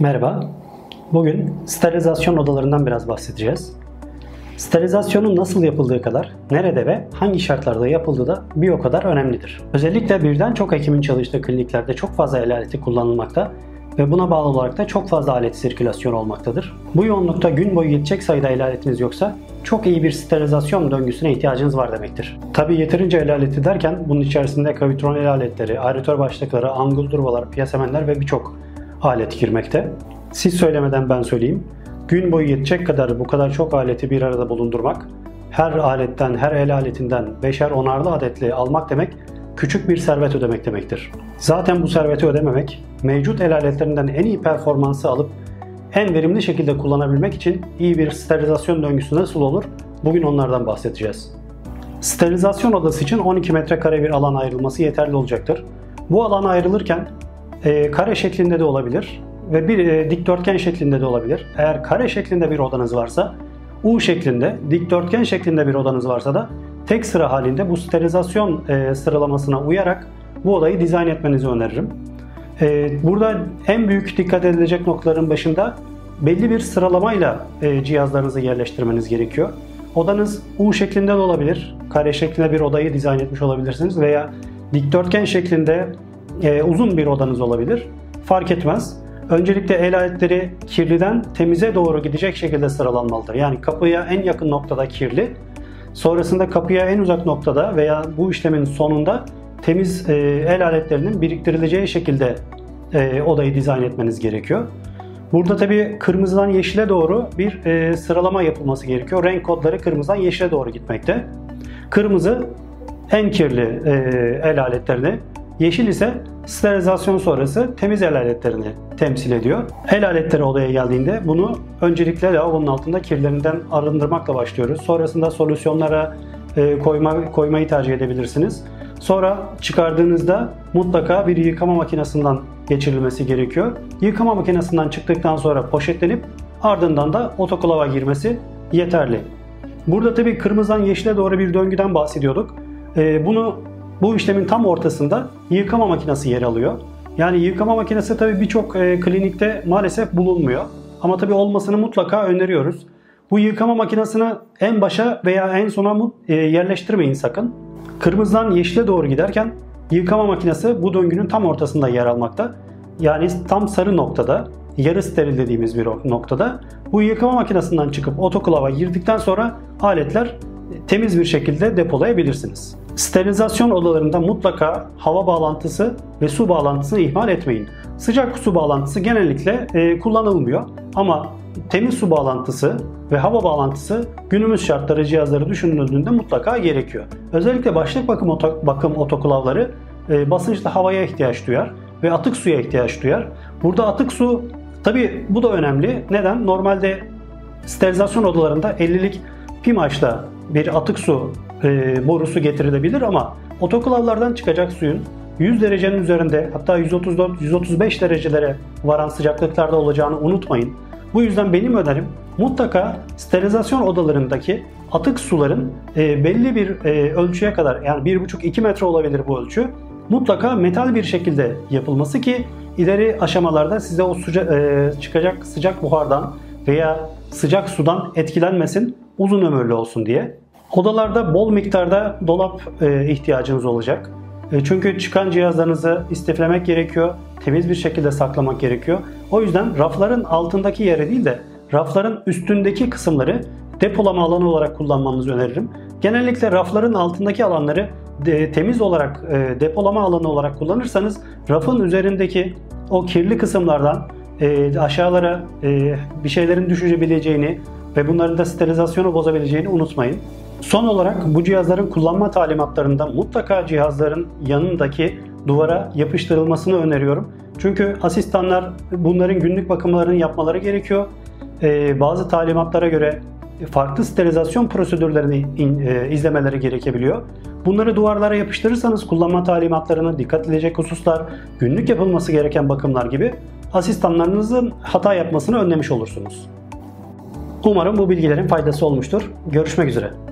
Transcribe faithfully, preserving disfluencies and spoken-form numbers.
Merhaba. Bugün sterilizasyon odalarından biraz bahsedeceğiz. Sterilizasyonun nasıl yapıldığı kadar nerede ve hangi şartlarda yapıldığı da bir o kadar önemlidir. Özellikle birden çok hekimin çalıştığı kliniklerde çok fazla el aleti kullanılmakta ve buna bağlı olarak da çok fazla alet sirkülasyonu olmaktadır. Bu yoğunlukta gün boyu yetecek sayıda el aletiniz yoksa çok iyi bir sterilizasyon döngüsüne ihtiyacınız var demektir. Tabi yeterince el aleti derken bunun içerisinde kavitron el aletleri, aeratör başlıkları, angulturvalar, piyasemenler ve birçok alet girmekte. Siz söylemeden ben söyleyeyim. Gün boyu yetecek kadar bu kadar çok aleti bir arada bulundurmak, her aletten, her el aletinden beşer onarlı adetli almak demek küçük bir servet ödemek demektir. Zaten bu serveti ödememek, mevcut el aletlerinden en iyi performansı alıp en verimli şekilde kullanabilmek için iyi bir sterilizasyon döngüsü nasıl olur? Bugün onlardan bahsedeceğiz. Sterilizasyon odası için on iki metrekare bir alan ayrılması yeterli olacaktır. Bu alan ayrılırken e, kare şeklinde de olabilir ve bir e, dikdörtgen şeklinde de olabilir. Eğer kare şeklinde bir odanız varsa U şeklinde, dikdörtgen şeklinde bir odanız varsa da tek sıra halinde bu sterilizasyon e, sıralamasına uyarak bu odayı dizayn etmenizi öneririm. E, burada en büyük dikkat edilecek noktaların başında belli bir sıralamayla e, cihazlarınızı yerleştirmeniz gerekiyor. Odanız U şeklinde de olabilir, kare şeklinde bir odayı dizayn etmiş olabilirsiniz veya dikdörtgen şeklinde e, uzun bir odanız olabilir. Fark etmez. Öncelikle el aletleri kirliden temize doğru gidecek şekilde sıralanmalıdır. Yani kapıya en yakın noktada kirli, sonrasında kapıya en uzak noktada veya bu işlemin sonunda temiz e, el aletlerinin biriktirileceği şekilde e, odayı dizayn etmeniz gerekiyor. Burada tabii kırmızıdan yeşile doğru bir e, sıralama yapılması gerekiyor. Renk kodları kırmızıdan yeşile doğru gitmekte. Kırmızı en kirli e, el aletlerini, yeşil ise sterilizasyon sonrası temiz el aletlerini temsil ediyor. El aletleri odaya geldiğinde bunu öncelikle lavabonun altında kirlerinden arındırmakla başlıyoruz. Sonrasında solüsyonlara e, koyma, koymayı tercih edebilirsiniz. Sonra çıkardığınızda mutlaka bir yıkama makinesinden geçirilmesi gerekiyor. Yıkama makinesinden çıktıktan sonra poşetlenip ardından da otoklava girmesi yeterli. Burada tabii kırmızıdan yeşile doğru bir döngüden bahsediyorduk. E, bunu Bu işlemin tam ortasında yıkama makinesi yer alıyor. Yani yıkama makinesi tabii birçok e, klinikte maalesef bulunmuyor. Ama tabii olmasını mutlaka öneriyoruz. Bu yıkama makinesini en başa veya en sona e, yerleştirmeyin sakın. Kırmızıdan yeşile doğru giderken yıkama makinesi bu döngünün tam ortasında yer almakta. Yani tam sarı noktada, yarı steril dediğimiz bir noktada. Bu yıkama makinesinden çıkıp otoklava girdikten sonra aletler temiz bir şekilde depolayabilirsiniz. Sterilizasyon odalarında mutlaka hava bağlantısı ve su bağlantısını ihmal etmeyin. Sıcak su bağlantısı genellikle e, kullanılmıyor ama temiz su bağlantısı ve hava bağlantısı günümüz şartları cihazları düşünüldüğünde mutlaka gerekiyor. Özellikle başlık bakım, oto, bakım otoklavları e, basınçlı havaya ihtiyaç duyar ve atık suya ihtiyaç duyar. Burada atık su tabi bu da önemli. Neden? Normalde sterilizasyon odalarında ellilik pimaçla bir atık su e, borusu getirilebilir ama otoklavlardan çıkacak suyun yüz derecenin üzerinde hatta yüz otuz dört yüz otuz beş derecelere varan sıcaklıklarda olacağını unutmayın. Bu yüzden benim önerim mutlaka sterilizasyon odalarındaki atık suların e, belli bir e, ölçüye kadar yani bir buçuk iki metre olabilir bu ölçü. Mutlaka metal bir şekilde yapılması ki ileri aşamalarda size o sıca, e, çıkacak sıcak buhardan veya sıcak sudan etkilenmesin, uzun ömürlü olsun diye. Odalarda bol miktarda dolap e, ihtiyacınız olacak. E, çünkü çıkan cihazlarınızı istiflemek gerekiyor, temiz bir şekilde saklamak gerekiyor. O yüzden rafların altındaki yere değil de rafların üstündeki kısımları depolama alanı olarak kullanmanızı öneririm. Genellikle rafların altındaki alanları de, temiz olarak e, depolama alanı olarak kullanırsanız rafın üzerindeki o kirli kısımlardan e, aşağılara e, bir şeylerin düşebileceğini ve bunların da sterilizasyonu bozabileceğini unutmayın. Son olarak bu cihazların kullanma talimatlarında mutlaka cihazların yanındaki duvara yapıştırılmasını öneriyorum. Çünkü asistanlar bunların günlük bakımlarını yapmaları gerekiyor. Ee, bazı talimatlara göre farklı sterilizasyon prosedürlerini in, e, izlemeleri gerekebiliyor. Bunları duvarlara yapıştırırsanız kullanma talimatlarına dikkat edilecek hususlar, günlük yapılması gereken bakımlar gibi asistanlarınızın hata yapmasını önlemiş olursunuz. Umarım bu bilgilerin faydası olmuştur. Görüşmek üzere.